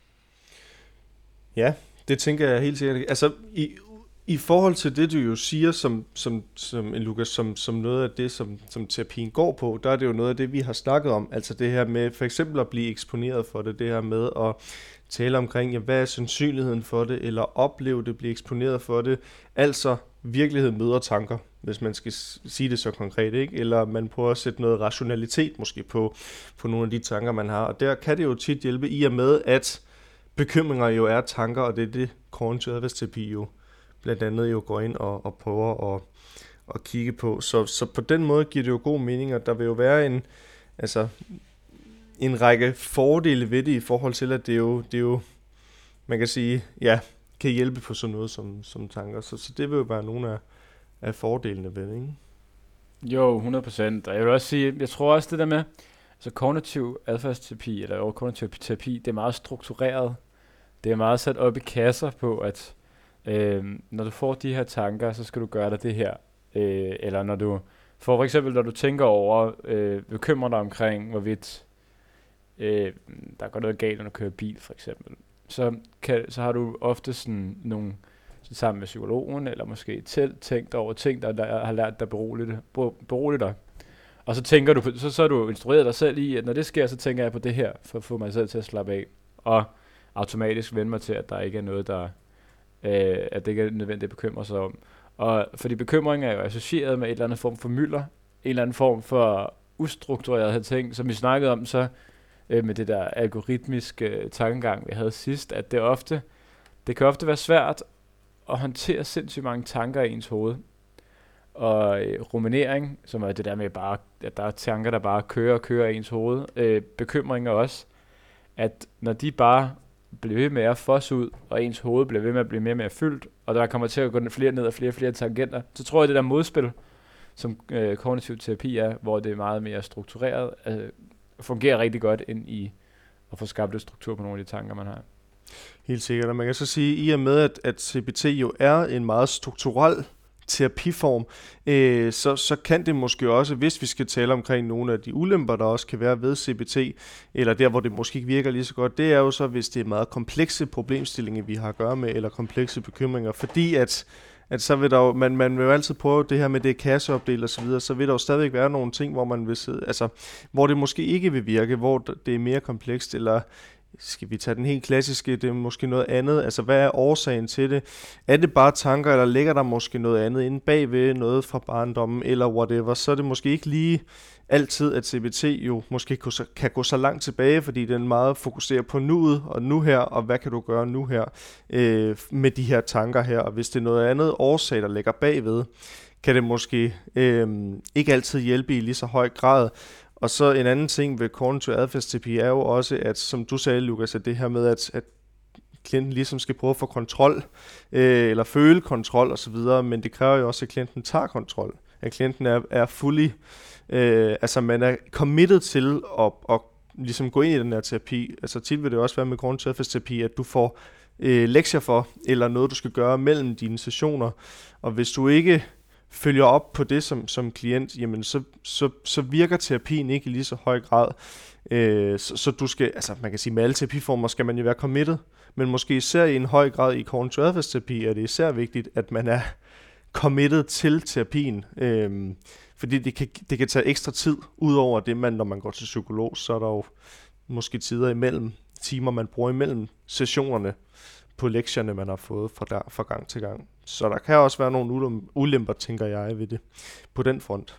Ja, det tænker jeg helt sikkert. Altså i, i forhold til det, du jo siger, som, som, som en Lukas, som, som noget af det, som, som terapien går på, der er det jo noget af det, vi har snakket om. Altså det her med for eksempel at blive eksponeret for det, det her med at tale omkring, ja, hvad er sandsynligheden for det, eller opleve det, blive eksponeret for det. Altså virkelighed møder tanker, hvis man skal sige det så konkret, ikke? Eller man prøver at sætte noget rationalitet måske på, på nogle af de tanker, man har. Og der kan det jo tit hjælpe i og med, at bekymringer jo er tanker, og det er det, kognitiv adfærdsterapi jo blandt andet jo går ind og, og prøver at, at kigge på. Så, så på den måde giver det jo god mening, og der vil jo være en, altså, en række fordele ved det i forhold til, at det jo, det jo man kan sige, ja, kan hjælpe på sådan noget som, som tanker. Så, så det vil jo være nogle af, af fordelene ved det, ikke? Jo, hundrede procent. Og jeg vil også sige, jeg tror også det der med, altså kognitiv adfærdsterapi, eller jo, kognitiv terapi, det er meget struktureret. Det er meget sat op i kasser på, at øh, når du får de her tanker, så skal du gøre dig det her. Øh, eller når du får for eksempel, når du tænker over, øh, bekymrer dig omkring, hvorvidt øh, der går noget galt, når du kører bil for eksempel, så, kan, så har du ofte sådan nogle, sammen med psykologen, eller måske selv tænkt over ting, der, der har lært dig berolige, berolige dig. Og så tænker du, så, så er du instrueret dig selv i, at når det sker, så tænker jeg på det her, for at få mig selv til at slappe af. Og automatisk vende mig til, at der ikke er noget, der, øh, at det ikke er nødvendigt at bekymre sig om. Og fordi bekymring er jo associeret med et eller andet form for mylder, en eller anden form for ustrukturerede ting, som vi snakkede om så øh, med det der algoritmiske øh, tankegang, vi havde sidst, at det ofte, det kan ofte være svært at håndtere sindssygt mange tanker i ens hoved. Og øh, ruminering, som er det der med bare, at der er tanker, der bare kører og kører i ens hoved, øh, bekymringer også, at når de bare bliver ved med at fosse ud, og ens hoved bliver ved med at blive mere og mere fyldt, og der kommer til at gå flere ned og flere og flere tangenter, så tror jeg, det der modspil, som øh, kognitiv terapi er, hvor det er meget mere struktureret, øh, fungerer rigtig godt ind i at få skabt et struktur på nogle af de tanker, man har. Helt sikkert, og man kan så sige, i og med, at, at C B T jo er en meget strukturel terapiform, øh, så, så kan det måske også, hvis vi skal tale omkring nogle af de ulemper, der også kan være ved C B T, eller der, hvor det måske ikke virker lige så godt, det er jo så, hvis det er meget komplekse problemstillinger, vi har at gøre med, eller komplekse bekymringer, fordi at, at så vil der jo, man, man vil jo altid prøve det her med det kasseopdel og så videre, så vil der jo stadigvæk være nogle ting, hvor man vil sidde, altså, hvor det måske ikke vil virke, hvor det er mere komplekst, eller skal vi tage den helt klassiske, det er måske noget andet, altså hvad er årsagen til det? Er det bare tanker, eller ligger der måske noget andet inde bagved, noget fra barndommen, eller whatever, så er det måske ikke lige altid, at C B T jo måske kan gå så langt tilbage, fordi den meget fokuserer på nuet, og nu her, og hvad kan du gøre nu her, øh, med de her tanker her, og hvis det er noget andet årsag, der ligger bagved, kan det måske øh, ikke altid hjælpe i lige så høj grad. Og så en anden ting ved kognitiv adfærdsterapi er jo også, at som du sagde, Lukas, at det her med, at, at klienten ligesom skal prøve at få kontrol, øh, eller føle kontrol osv., men det kræver jo også, at klienten tager kontrol. At klienten er, er fully, øh, altså man er committed til at, at ligesom gå ind i den her terapi. Altså tit vil det også være med kognitiv adfærdsterapi, at du får øh, lektier for, eller noget, du skal gøre mellem dine sessioner. Og hvis du ikke følger op på det som, som klient, jamen så, så, så virker terapien ikke i lige så høj grad. Øh, så, så du skal, altså man kan sige, med alle terapiformer skal man jo være committed, men måske især i en høj grad i kognitiv adfærdsterapi er det især vigtigt, at man er committed til terapien. Øh, fordi det kan, det kan tage ekstra tid, ud over det, man, når man går til psykolog, så er der jo måske tider imellem, timer man bruger imellem sessionerne, på lektierne, man har fået fra, der, fra gang til gang. Så der kan også være nogle ulemper, tænker jeg, ved det, på den front.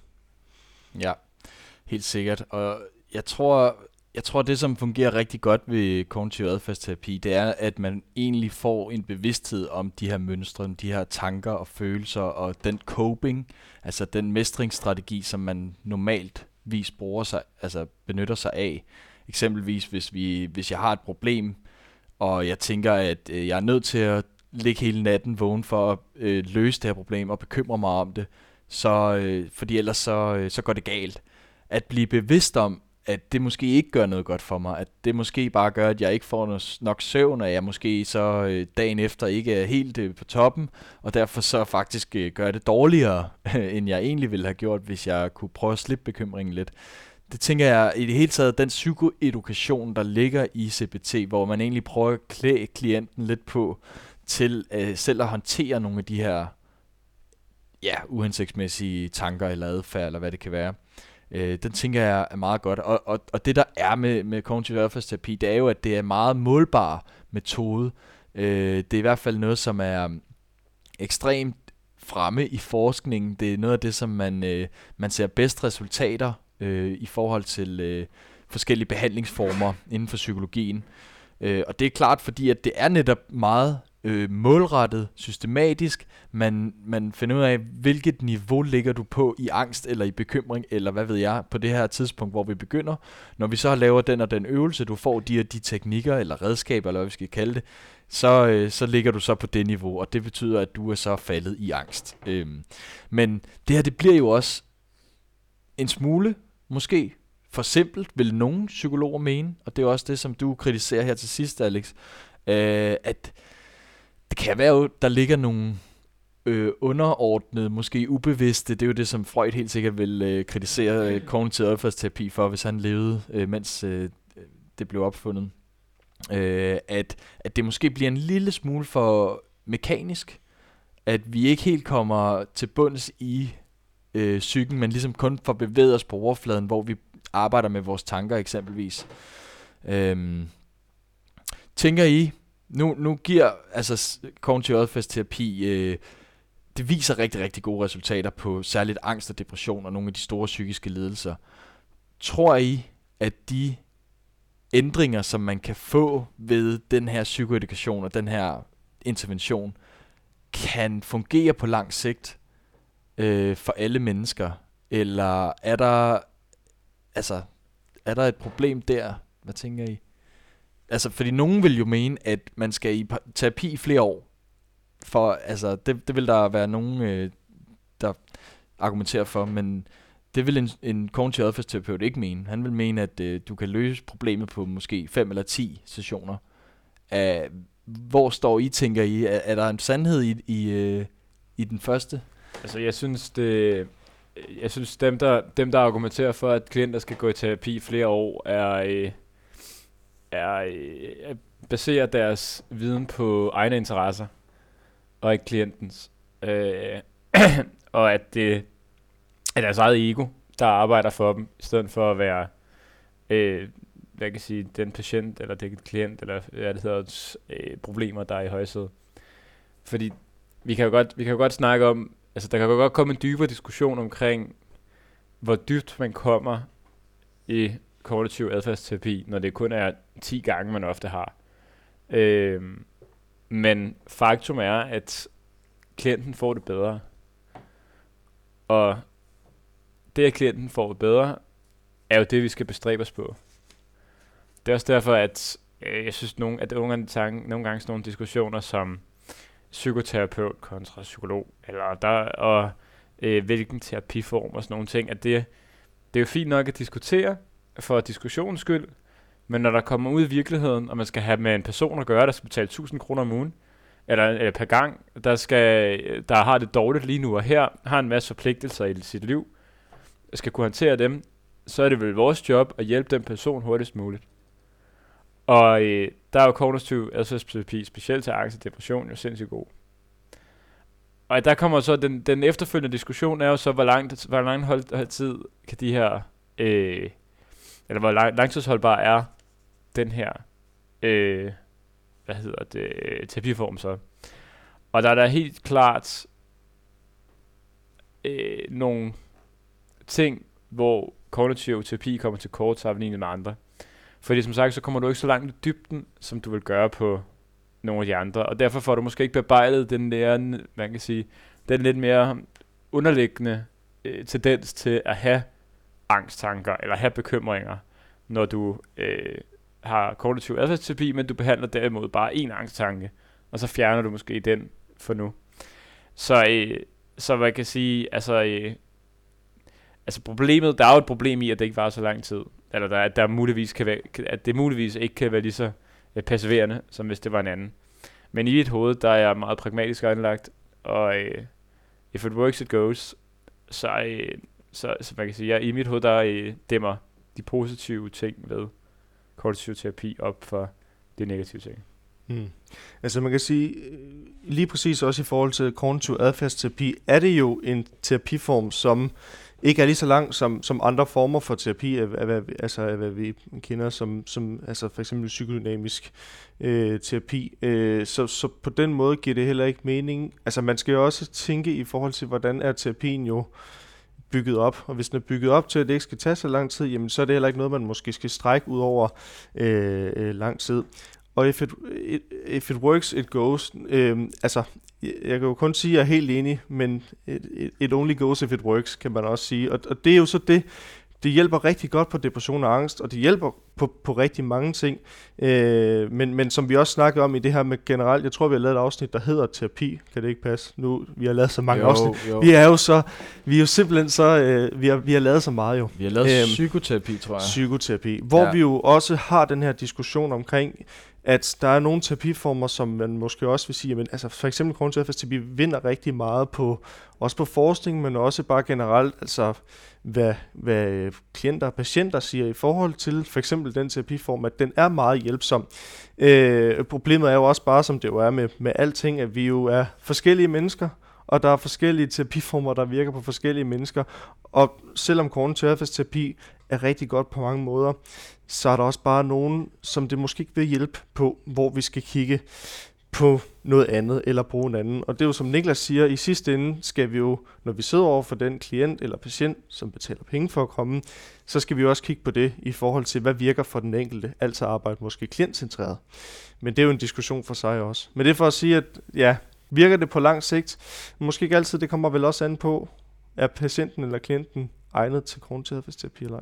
Ja, helt sikkert. Og jeg tror, jeg tror, det som fungerer rigtig godt ved kognitiv adfærdsterapi, det er, at man egentlig får en bevidsthed om de her mønstre, de her tanker og følelser, og den coping, altså den mestringsstrategi, som man normaltvis bruger sig, altså benytter sig af. Eksempelvis, hvis, vi, hvis jeg har et problem, og jeg tænker, at øh, jeg er nødt til at ligge hele natten vågen for at øh, løse det her problem og bekymre mig om det, så, øh, fordi ellers så, øh, så går det galt. At blive bevidst om, at det måske ikke gør noget godt for mig, at det måske bare gør, at jeg ikke får nok søvn, og jeg måske så øh, dagen efter ikke er helt øh, på toppen, og derfor så faktisk øh, gør det dårligere, end jeg egentlig ville have gjort, hvis jeg kunne prøve at slippe bekymringen lidt. Det tænker jeg i det hele taget, den psykoedukation, der ligger i C B T, hvor man egentlig prøver at klæde klienten lidt på til øh, selv at håndtere nogle af de her ja, uhensigtsmæssige tanker eller adfærd, eller hvad det kan være. Øh, den tænker jeg er meget godt. Og, og, og det der er med, med kognitiv adfærdsterapi, det er jo, at det er en meget målbar metode. Øh, det er i hvert fald noget, som er ekstremt fremme i forskningen. Det er noget af det, som man, øh, man ser bedst resultater Øh, i forhold til øh, forskellige behandlingsformer inden for psykologien. Øh, og det er klart, fordi at det er netop meget øh, målrettet, systematisk. Man, man finder ud af, hvilket niveau ligger du på i angst eller i bekymring, eller hvad ved jeg, på det her tidspunkt, hvor vi begynder. Når vi så laver den og den øvelse, du får de og de teknikker, eller redskaber, eller hvad vi skal kalde det, så, øh, så ligger du så på det niveau, og det betyder, at du er så faldet i angst. Øh, men det her, det bliver jo også en smule måske for simpelt, vil nogle psykologer mene, og det er også det, som du kritiserer her til sidst, Alex, øh, at det kan være jo, der ligger nogle øh, underordnede, måske ubevidste, det er jo det, som Freud helt sikkert vil øh, kritisere øh, kognitiv adfærdsterapi for, hvis han levede, øh, mens øh, det blev opfundet. Øh, at, at det måske bliver en lille smule for mekanisk, at vi ikke helt kommer til bunds i øh, psyken, men ligesom kun får bevæget os på overfladen, hvor vi arbejder med vores tanker eksempelvis. Øhm, tænker I, nu, nu giver altså kognitiv adfærdsterapi øh, det viser rigtig, rigtig gode resultater på særligt angst og depression og nogle af de store psykiske lidelser. Tror I, at de ændringer, som man kan få ved den her psykoedukation og den her intervention, kan fungere på lang sigt øh, for alle mennesker? Eller er der, altså, er der et problem der? Hvad tænker I? Altså, fordi nogen vil jo mene, at man skal i terapi i flere år. For, altså, det, det vil der være nogen, øh, der argumenterer for, men det vil en, en kognitiv adfærdsterapeut ikke mene. Han vil mene, at øh, du kan løse problemet på måske fem eller ti sessioner. Uh, hvor står I, tænker I? Er, er der en sandhed i, i, øh, i den første? Altså, jeg synes, det... Jeg synes, dem der, dem, der argumenterer for, at klienter skal gå i terapi flere år, er... Øh, er, er baserer deres viden på egne interesser, og ikke klientens. Øh, og at det er deres eget ego, der arbejder for dem, i stedet for at være, øh, hvad kan jeg sige, den patient, eller det klient, eller hvad det hedder, øh, problemer, der er i højsædet. Fordi vi kan jo godt, vi kan jo godt snakke om, altså der kan jo godt komme en dybere diskussion omkring, hvor dybt man kommer i kognitiv adfærdsterapi, når det kun er ti gange, man ofte har. Øh, men faktum er, at klienten får det bedre. Og det, at klienten får det bedre, er jo det, vi skal bestræbe os på. Det er også derfor, at øh, jeg synes, nogle, at nogle gange, tanke, nogle gange sådan nogle diskussioner som psykoterapeut kontra psykolog, eller der, og øh, hvilken terapiform og sådan nogle ting, at det, det er jo fint nok at diskutere for diskussionens skyld, men når der kommer ud i virkeligheden, og man skal have med en person at gøre, der skal betale tusind kroner om ugen, eller, eller per gang, der, skal, der har det dårligt lige nu, og her har en masse forpligtelser i sit liv, skal kunne håndtere dem, så er det vel vores job at hjælpe den person hurtigst muligt. Og øh, der er jo kognitiv adfærdsterapi, specielt til angst og depression, jo sindssygt god. Og der kommer så, den, den efterfølgende diskussion er jo så, hvor langt, hvor lang hold, tid kan de her, øh, eller hvor lang, langtidsholdbar er den her, øh, hvad hedder det, terapiform så. Og der er der helt klart øh, nogle ting, hvor kognitiv terapi kommer til kort sammenlignet med andre. Fordi som sagt, så kommer du ikke så langt i dybden, som du vil gøre på nogle af de andre. Og derfor får du måske ikke bearbejdet den der, man kan sige, den lidt mere underliggende øh, tendens til at have angsttanker eller have bekymringer, når du øh, har kognitiv adfærdsterapi, men du behandler derimod bare én angsttanke, og så fjerner du måske den for nu. Så, øh, så man kan sige, altså, øh, altså problemet, der er jo et problem i, at det ikke varer så lang tid. Eller der, der muligvis kan være, at det muligvis ikke kan være lige så øh, perseverende, som hvis det var en anden. Men i et hoved, der er jeg meget pragmatisk anlagt, og øh, if it works, it goes. Så, øh, så, så man kan sige, jeg, i mit hoved, der øh, dæmmer de positive ting ved kognitiv terapi op for de negative ting. Hmm. Altså man kan sige, lige præcis også i forhold til kognitiv adfærdsterapi, er det jo en terapiform, som ikke er lige så lang som, som andre former for terapi, af, af, altså af hvad vi kender som, som altså for eksempel psykodynamisk øh, terapi. Øh, så, så på den måde giver det heller ikke mening. Altså man skal jo også tænke i forhold til, hvordan er terapien jo bygget op, og hvis den er bygget op til, at det ikke skal tage så lang tid, jamen så er det heller ikke noget, man måske skal strække ud over øh, øh, lang tid. Og if it, it, if it works, it goes. Øh, altså, jeg kan jo kun sige, at jeg er helt enig, men it, it only goes if it works, kan man også sige. Og, og det er jo så det, det hjælper rigtig godt på depression og angst, og det hjælper på, på rigtig mange ting. Øh, men, men som vi også snakkede om i det her med generelt, jeg tror, vi har lavet et afsnit, der hedder terapi. Kan det ikke passe? Nu, vi har lavet så mange jo, afsnit. Jo. Vi er jo så, vi er jo simpelthen så, øh, vi, har, vi har lavet så meget jo. Vi har lavet øhm, psykoterapi, tror jeg. Psykoterapi, hvor ja. vi jo også har den her diskussion omkring, at der er nogle terapiformer, som man måske også vil sige, men altså for eksempel kognitiv adfærdsterapi vinder rigtig meget på, også på forskning, men også bare generelt, altså hvad, hvad klienter og patienter siger i forhold til for eksempel den terapiform, at den er meget hjælpsom. Øh, problemet er jo også bare, som det jo er med, med alting, at vi jo er forskellige mennesker, og der er forskellige terapiformer, der virker på forskellige mennesker, og selvom kognitiv adfærdsterapi er rigtig godt på mange måder, så er der også bare nogen, som det måske ikke vil hjælpe på, hvor vi skal kigge på noget andet, eller bruge en anden. Og det er jo som Niklas siger, i sidste ende skal vi jo, når vi sidder over for den klient eller patient, som betaler penge for at komme, så skal vi jo også kigge på det i forhold til, hvad virker for den enkelte, altså arbejde måske klientcentreret. Men det er jo en diskussion for sig også. Men det er for at sige, at ja, virker det på lang sigt? Måske ikke altid, det kommer vel også an på, er patienten eller klienten egnet til krontilhedfæstterapi eller ej?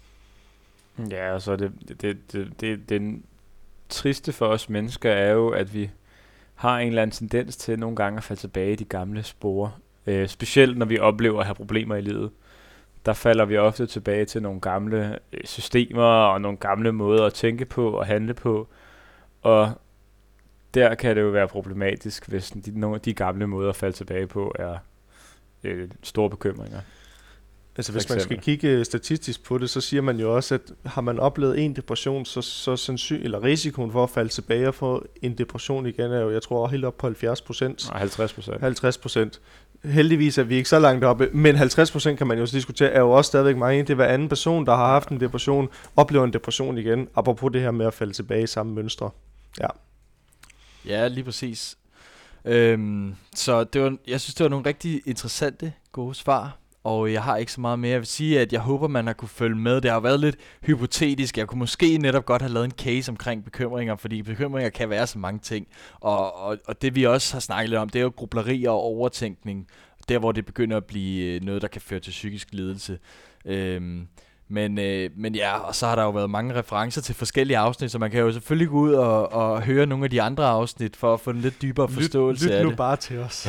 Ja, og så det, det, det, det, det, det triste for os mennesker er jo, at vi har en eller anden tendens til nogle gange at falde tilbage i de gamle spore. Øh, specielt når vi oplever at have problemer i livet. Der falder vi ofte tilbage til nogle gamle øh, systemer og nogle gamle måder at tænke på og handle på. Og der kan det jo være problematisk, hvis de, nogle af de gamle måder at falde tilbage på er øh, store bekymringer. Altså hvis man skal kigge statistisk på det, så siger man jo også, at har man oplevet en depression, så, så sandsynligt, eller risikoen for at falde tilbage og få en depression igen er jo, jeg tror, helt op på halvfjerds procent. Nej, halvtreds procent. halvtreds procent. Heldigvis er vi ikke så langt oppe, men halvtreds procent kan man jo også diskutere, er jo også stadigvæk mange. Det er hver anden person, der har haft en depression, oplever en depression igen, apropos det her med at falde tilbage i samme mønstre. Ja. Ja, lige præcis. Øhm, så det var, jeg synes, det var nogle rigtig interessante, gode svar. Og jeg har ikke så meget mere. Jeg vil sige, at jeg håber, man har kunne følge med. Det har været lidt hypotetisk. Jeg kunne måske netop godt have lavet en case omkring bekymringer, fordi bekymringer kan være så mange ting. Og, og, og det vi også har snakket lidt om, det er jo grublerier og overtænkning. Der, hvor det begynder at blive noget, der kan føre til psykisk lidelse. Øhm, men, øh, men ja, og så har der jo været mange referencer til forskellige afsnit, så man kan jo selvfølgelig gå ud og, og høre nogle af de andre afsnit, for at få en lidt dybere forståelse lyt, lyt af det. Lyt nu bare til os.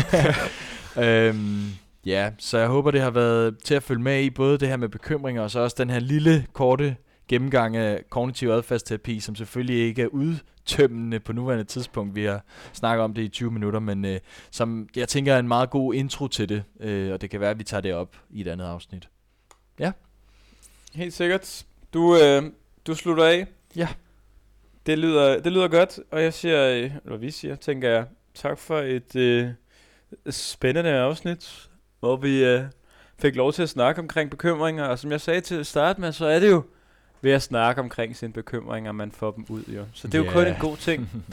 Ja. øhm, Ja, så jeg håber, det har været til at følge med i, både det her med bekymringer, og så også den her lille, korte gennemgang af kognitiv adfærdsterapi, som selvfølgelig ikke er udtømmende på nuværende tidspunkt. Vi har snakket om det i tyve minutter, men øh, som jeg tænker er en meget god intro til det, øh, og det kan være, at vi tager det op i et andet afsnit. Ja. Helt sikkert. Du, øh, du slutter af. Ja. Det lyder, det lyder godt, og jeg siger, eller vi siger, tænker jeg, tak for et øh, spændende afsnit, hvor vi øh, fik lov til at snakke omkring bekymringer, og som jeg sagde til at starte med, så er det jo ved at snakke omkring sine bekymringer, man får dem ud, jo. Så det er yeah. jo kun en god ting.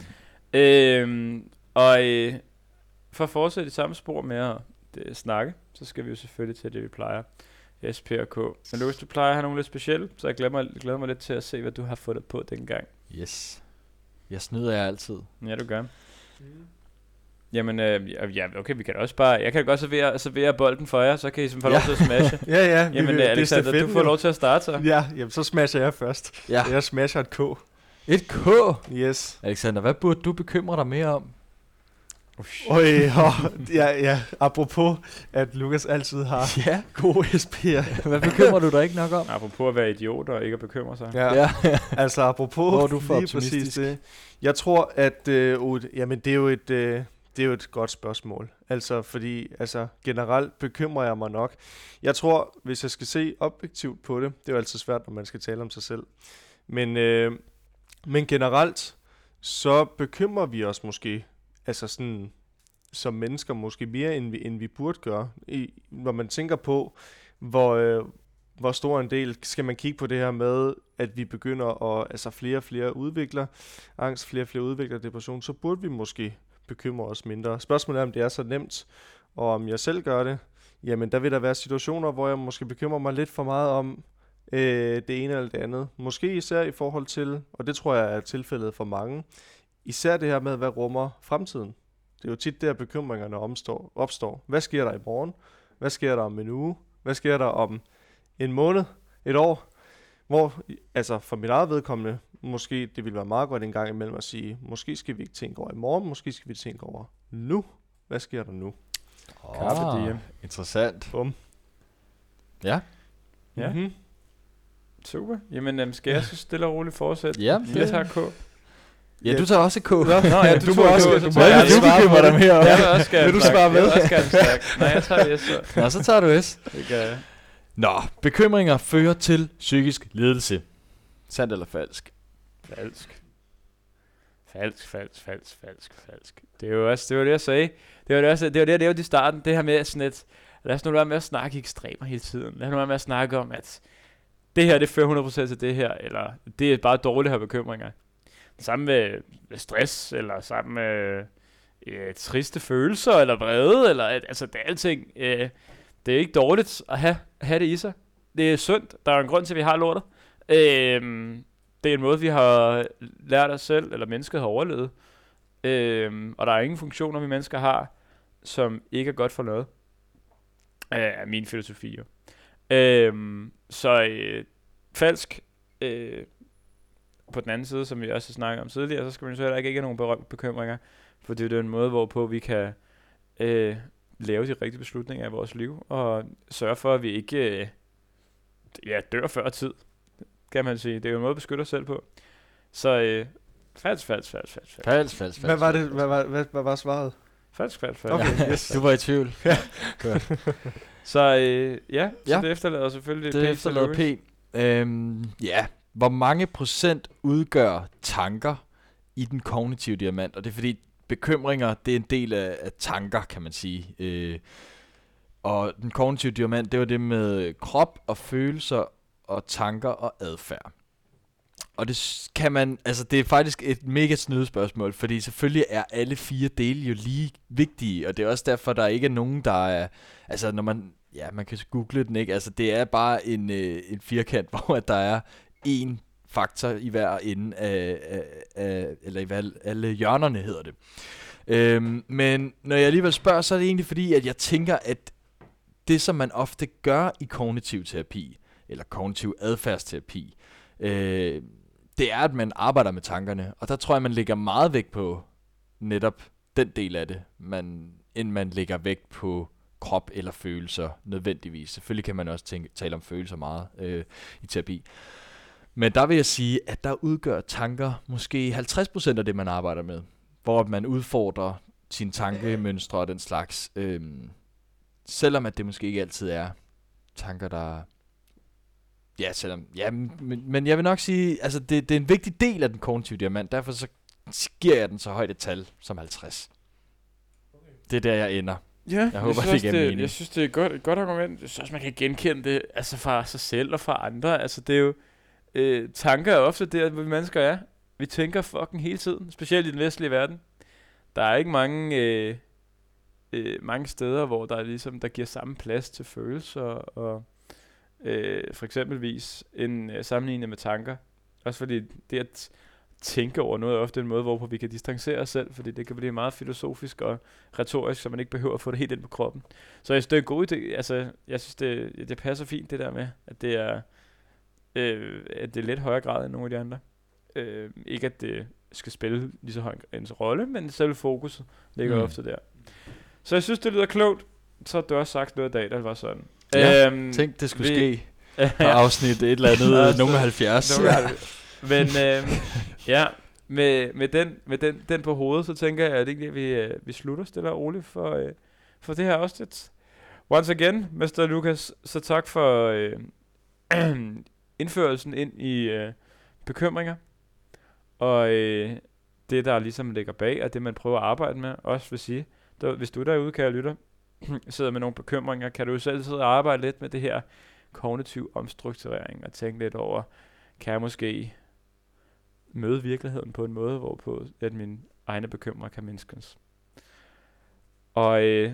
øhm, og øh, for at fortsætte i samme spor med at det, snakke, så skal vi jo selvfølgelig til det, vi plejer. S P og K. Men Louis, du plejer at have nogle lidt specielle, så jeg glæder mig, glæder mig lidt til at se, hvad du har fundet på dengang. Yes. Jeg snyder jer altid. Ja, du gør. Mm. Jamen, øh, ja, okay, vi kan også bare, jeg kan godt servere, servere bolden for jer, så kan I få lov til at smashe. ja, ja. Vi, jamen, vi, Alexander, du får jo lov til at starte så. Ja, jamen, så smasher jeg først. Ja. Jeg smasher et K. Et K? Yes. Alexander, hvad burde du bekymre dig mere om? Øj, oh, ja, ja, apropos, at Lukas altid har ja. gode S P'er. Hvad bekymrer du dig ikke nok om? Apropos at være idiot og ikke at bekymre sig. Ja, ja. altså apropos hvor er du for lige præcis det. Jeg tror, at øh, uh, jamen, det er jo et... Øh, Det er jo et godt spørgsmål. Altså, fordi altså, generelt bekymrer jeg mig nok. Jeg tror, hvis jeg skal se objektivt på det, det er jo altid svært, når man skal tale om sig selv. Men, øh, men generelt, så bekymrer vi os måske, altså sådan, som mennesker måske mere, end vi, end vi burde gøre. I, når man tænker på, hvor, øh, hvor stor en del skal man kigge på det her med, at vi begynder at, altså flere og flere udvikler angst, flere og flere udvikler depression, så burde vi måske bekymre os mindre. Spørgsmålet er, om det er så nemt, og om jeg selv gør det, jamen der vil der være situationer, hvor jeg måske bekymrer mig lidt for meget om øh, det ene eller det andet. Måske især i forhold til, og det tror jeg er tilfældet for mange, især det her med, hvad rummer fremtiden. Det er jo tit der, bekymringerne opstår. opstår. Hvad sker der i morgen? Hvad sker der om en uge? Hvad sker der om en måned? Et år? Hvor, altså for mit eget vedkommende, måske det ville være meget godt en gang imellem at sige, måske skal vi ikke tænke over i morgen, måske skal vi tænke over nu. Hvad sker der nu? Oh, Kaffe diem. Interessant. Bum. Ja. Ja. Mm-hmm. Super. Jamen, um, skal jeg så stille og roligt fortsætte? Ja. Jeg tager K. Ja, du tager også K. Nå, ja, du, du må også. Du må også bekymre dig mere om. Vil du svare med? Nej, jeg tager S. Så. Nå, så tager du S. Det gør jeg. Nå, bekymringer fører til psykisk lidelse. Sandt eller falsk? Falsk. Falsk, falsk, falsk, falsk, falsk. Det er jo også, det var det, jeg sagde. Det var det, også, det var det, jeg nævnte i starten. Det her med sådan et, lad os nu være med at snakke ekstremer hele tiden. Lad os nu være med at snakke om, at det her, det fører hundrede procent til det her, eller det er bare dårligt at have bekymringer. sammen med stress, eller sammen med øh, triste følelser, eller vrede, eller altså det er alting. Øh, det er ikke dårligt at have, have det i sig. Det er sundt. Der er en grund til, at vi har lortet. Øh, det er en måde, vi har lært os selv, eller mennesket har overlevet. Øh, og der er ingen funktioner, vi mennesker har, som ikke er godt for noget. Af min filosofi, jo. Øh, så øh, falsk... Øh, på den anden side, som vi også har snakket om tidligere, så skal man så heller ikke, ikke have nogen bekymringer, for det er jo en måde, hvorpå vi kan øh, lave de rigtige beslutninger i vores liv, og sørge for, at vi ikke øh, ja, dør før tid, kan man sige. Det er jo en måde at beskytte os selv på. Så øh, falsk, falsk, falsk, falsk, falsk. Falsk, falsk, Hvad var det? Hvad var, hvad, hvad var svaret? Falsk, falsk, falsk. Okay, yes. Du var i tvivl. Ja. Så øh, ja, så Ja. det efterlader selvfølgelig Det efterlader P. Øhm, ja, hvor mange procent udgør tanker i den kognitive diamant? Og det er fordi bekymringer, det er en del af, af tanker, kan man sige. Øh, og den kognitive diamant, det var det med krop og følelser og tanker og adfærd. Og det kan man, altså det er faktisk et mega snyde spørgsmål, fordi selvfølgelig er alle fire dele jo lige vigtige, og det er også derfor, der ikke er nogen, der er, altså når man, ja, man kan google den, ikke? Altså det er bare en, øh, en firkant, hvor at der er en faktor i hver ende af, af, af eller i hver, alle hjørnerne hedder det. Øhm, men når jeg alligevel spørger, så er det egentlig fordi, at jeg tænker, at det som man ofte gør i kognitiv terapi, eller kognitiv adfærdsterapi, øh, det er, at man arbejder med tankerne, og der tror jeg, man lægger meget vægt på netop den del af det, man, end man lægger vægt på krop eller følelser nødvendigvis. Selvfølgelig kan man også tænke, tale om følelser meget øh, i terapi. Men der vil jeg sige, at der udgør tanker måske halvtreds procent af det, man arbejder med, hvor man udfordrer sine tankemønstre og den slags, øh, selvom at det måske ikke altid er tanker, der... Ja, selvom, ja, men, men jeg vil nok sige, altså det, det er en vigtig del af den kognitive diamant, derfor så giver jeg den så højt et tal som halvtreds. Det er der, jeg ender. Ja, jeg, jeg håber, synes det giver det, mening. Jeg synes, det er et godt, et godt argument. Jeg synes også, man kan genkende det altså fra sig selv og fra andre. Altså, det er jo... Øh, tanker er ofte der, hvor vi mennesker er. Vi tænker fucking hele tiden, specielt i den vestlige verden. Der er ikke mange... Øh, øh, mange steder, hvor der er ligesom, der giver samme plads til følelser og... Øh, for eksempelvis en øh, sammenligning med tanker. Også fordi det at tænke over noget er ofte en måde, hvorpå vi kan distancere os selv, fordi det kan blive meget filosofisk og retorisk, så man ikke behøver at få det helt ind på kroppen. Så jeg synes, det er en god idé. Altså, jeg synes, det, det passer fint det der med, at det er, øh, at det er lidt højere grad end nogle af de andre. Øh, ikke at det skal spille lige så høj en rolle, men selv fokuset ligger mm. ofte der. Så jeg synes, det lyder klogt. Så har du også sagt noget i dag, der var sådan. Ja, øhm, tænk, det skulle vi, ske på afsnit et eller andet, nummer halvfjerds. Men øhm, ja, med, med, den, med den, den på hovedet, så tænker jeg, at det ikke er, vi, øh, vi slutter stille og roligt for, øh, for det her afsnit. Once again, mister Lukas, så tak for øh, indførelsen ind i øh, bekymringer. Og øh, det, der ligesom ligger bag, og det, man prøver at arbejde med, også vil sige, der, hvis du derude, kære lytter, sidder med nogle bekymringer, kan du jo selv sidde og arbejde lidt med det her kognitiv omstrukturering, og tænke lidt over, kan jeg måske møde virkeligheden på en måde, hvorpå at mine egne bekymringer kan mindskes. Og øh,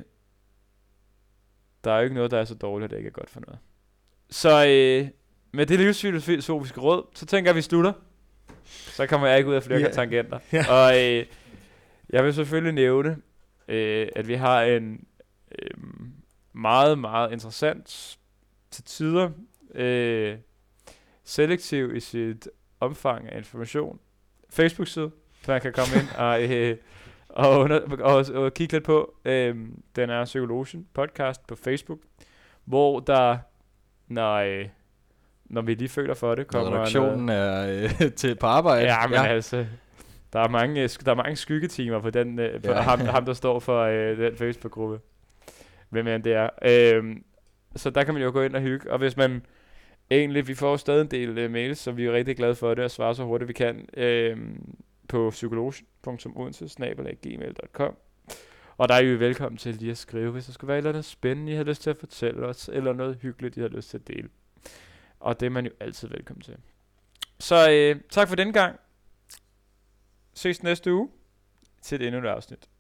der er jo ikke noget, der er så dårligt, at det ikke er godt for noget. Så øh, med det livsfilosofiske råd, så tænker jeg, at vi slutter. Så kommer jeg ikke ud af flere yeah. tangenter. Yeah. Og øh, jeg vil selvfølgelig nævne, øh, at vi har en øh, meget, meget interessant til tider øh, selektiv i sit omfang af information Facebook-side, så man kan komme ind og, øh, og, under, og, og kigge lidt på. Øh, den er Psykologien podcast på Facebook, hvor der, når, øh, når vi lige føler for det, kommer redaktionen er øh, til på arbejde. Ja, men ja. altså, der er mange, der er mange skyggetimer på den, øh, på ja. ham, ham, der står for øh, den Facebook-gruppe. Hvem end det er. Øh, så der kan man jo gå ind og hygge, og hvis man egentlig, vi får stadig en del uh, mails, så vi er rigtig glade for det, og svarer så hurtigt vi kan, øh, på psykologien punktum odense bindestreg gmail punktum com. Og der er I jo velkommen til lige at skrive, hvis der skulle være et eller andet spændende, I har lyst til at fortælle os, eller noget hyggeligt, I har lyst til at dele. Og det er man jo altid velkommen til. Så øh, tak for den gang. ses næste uge til et endnu et afsnit.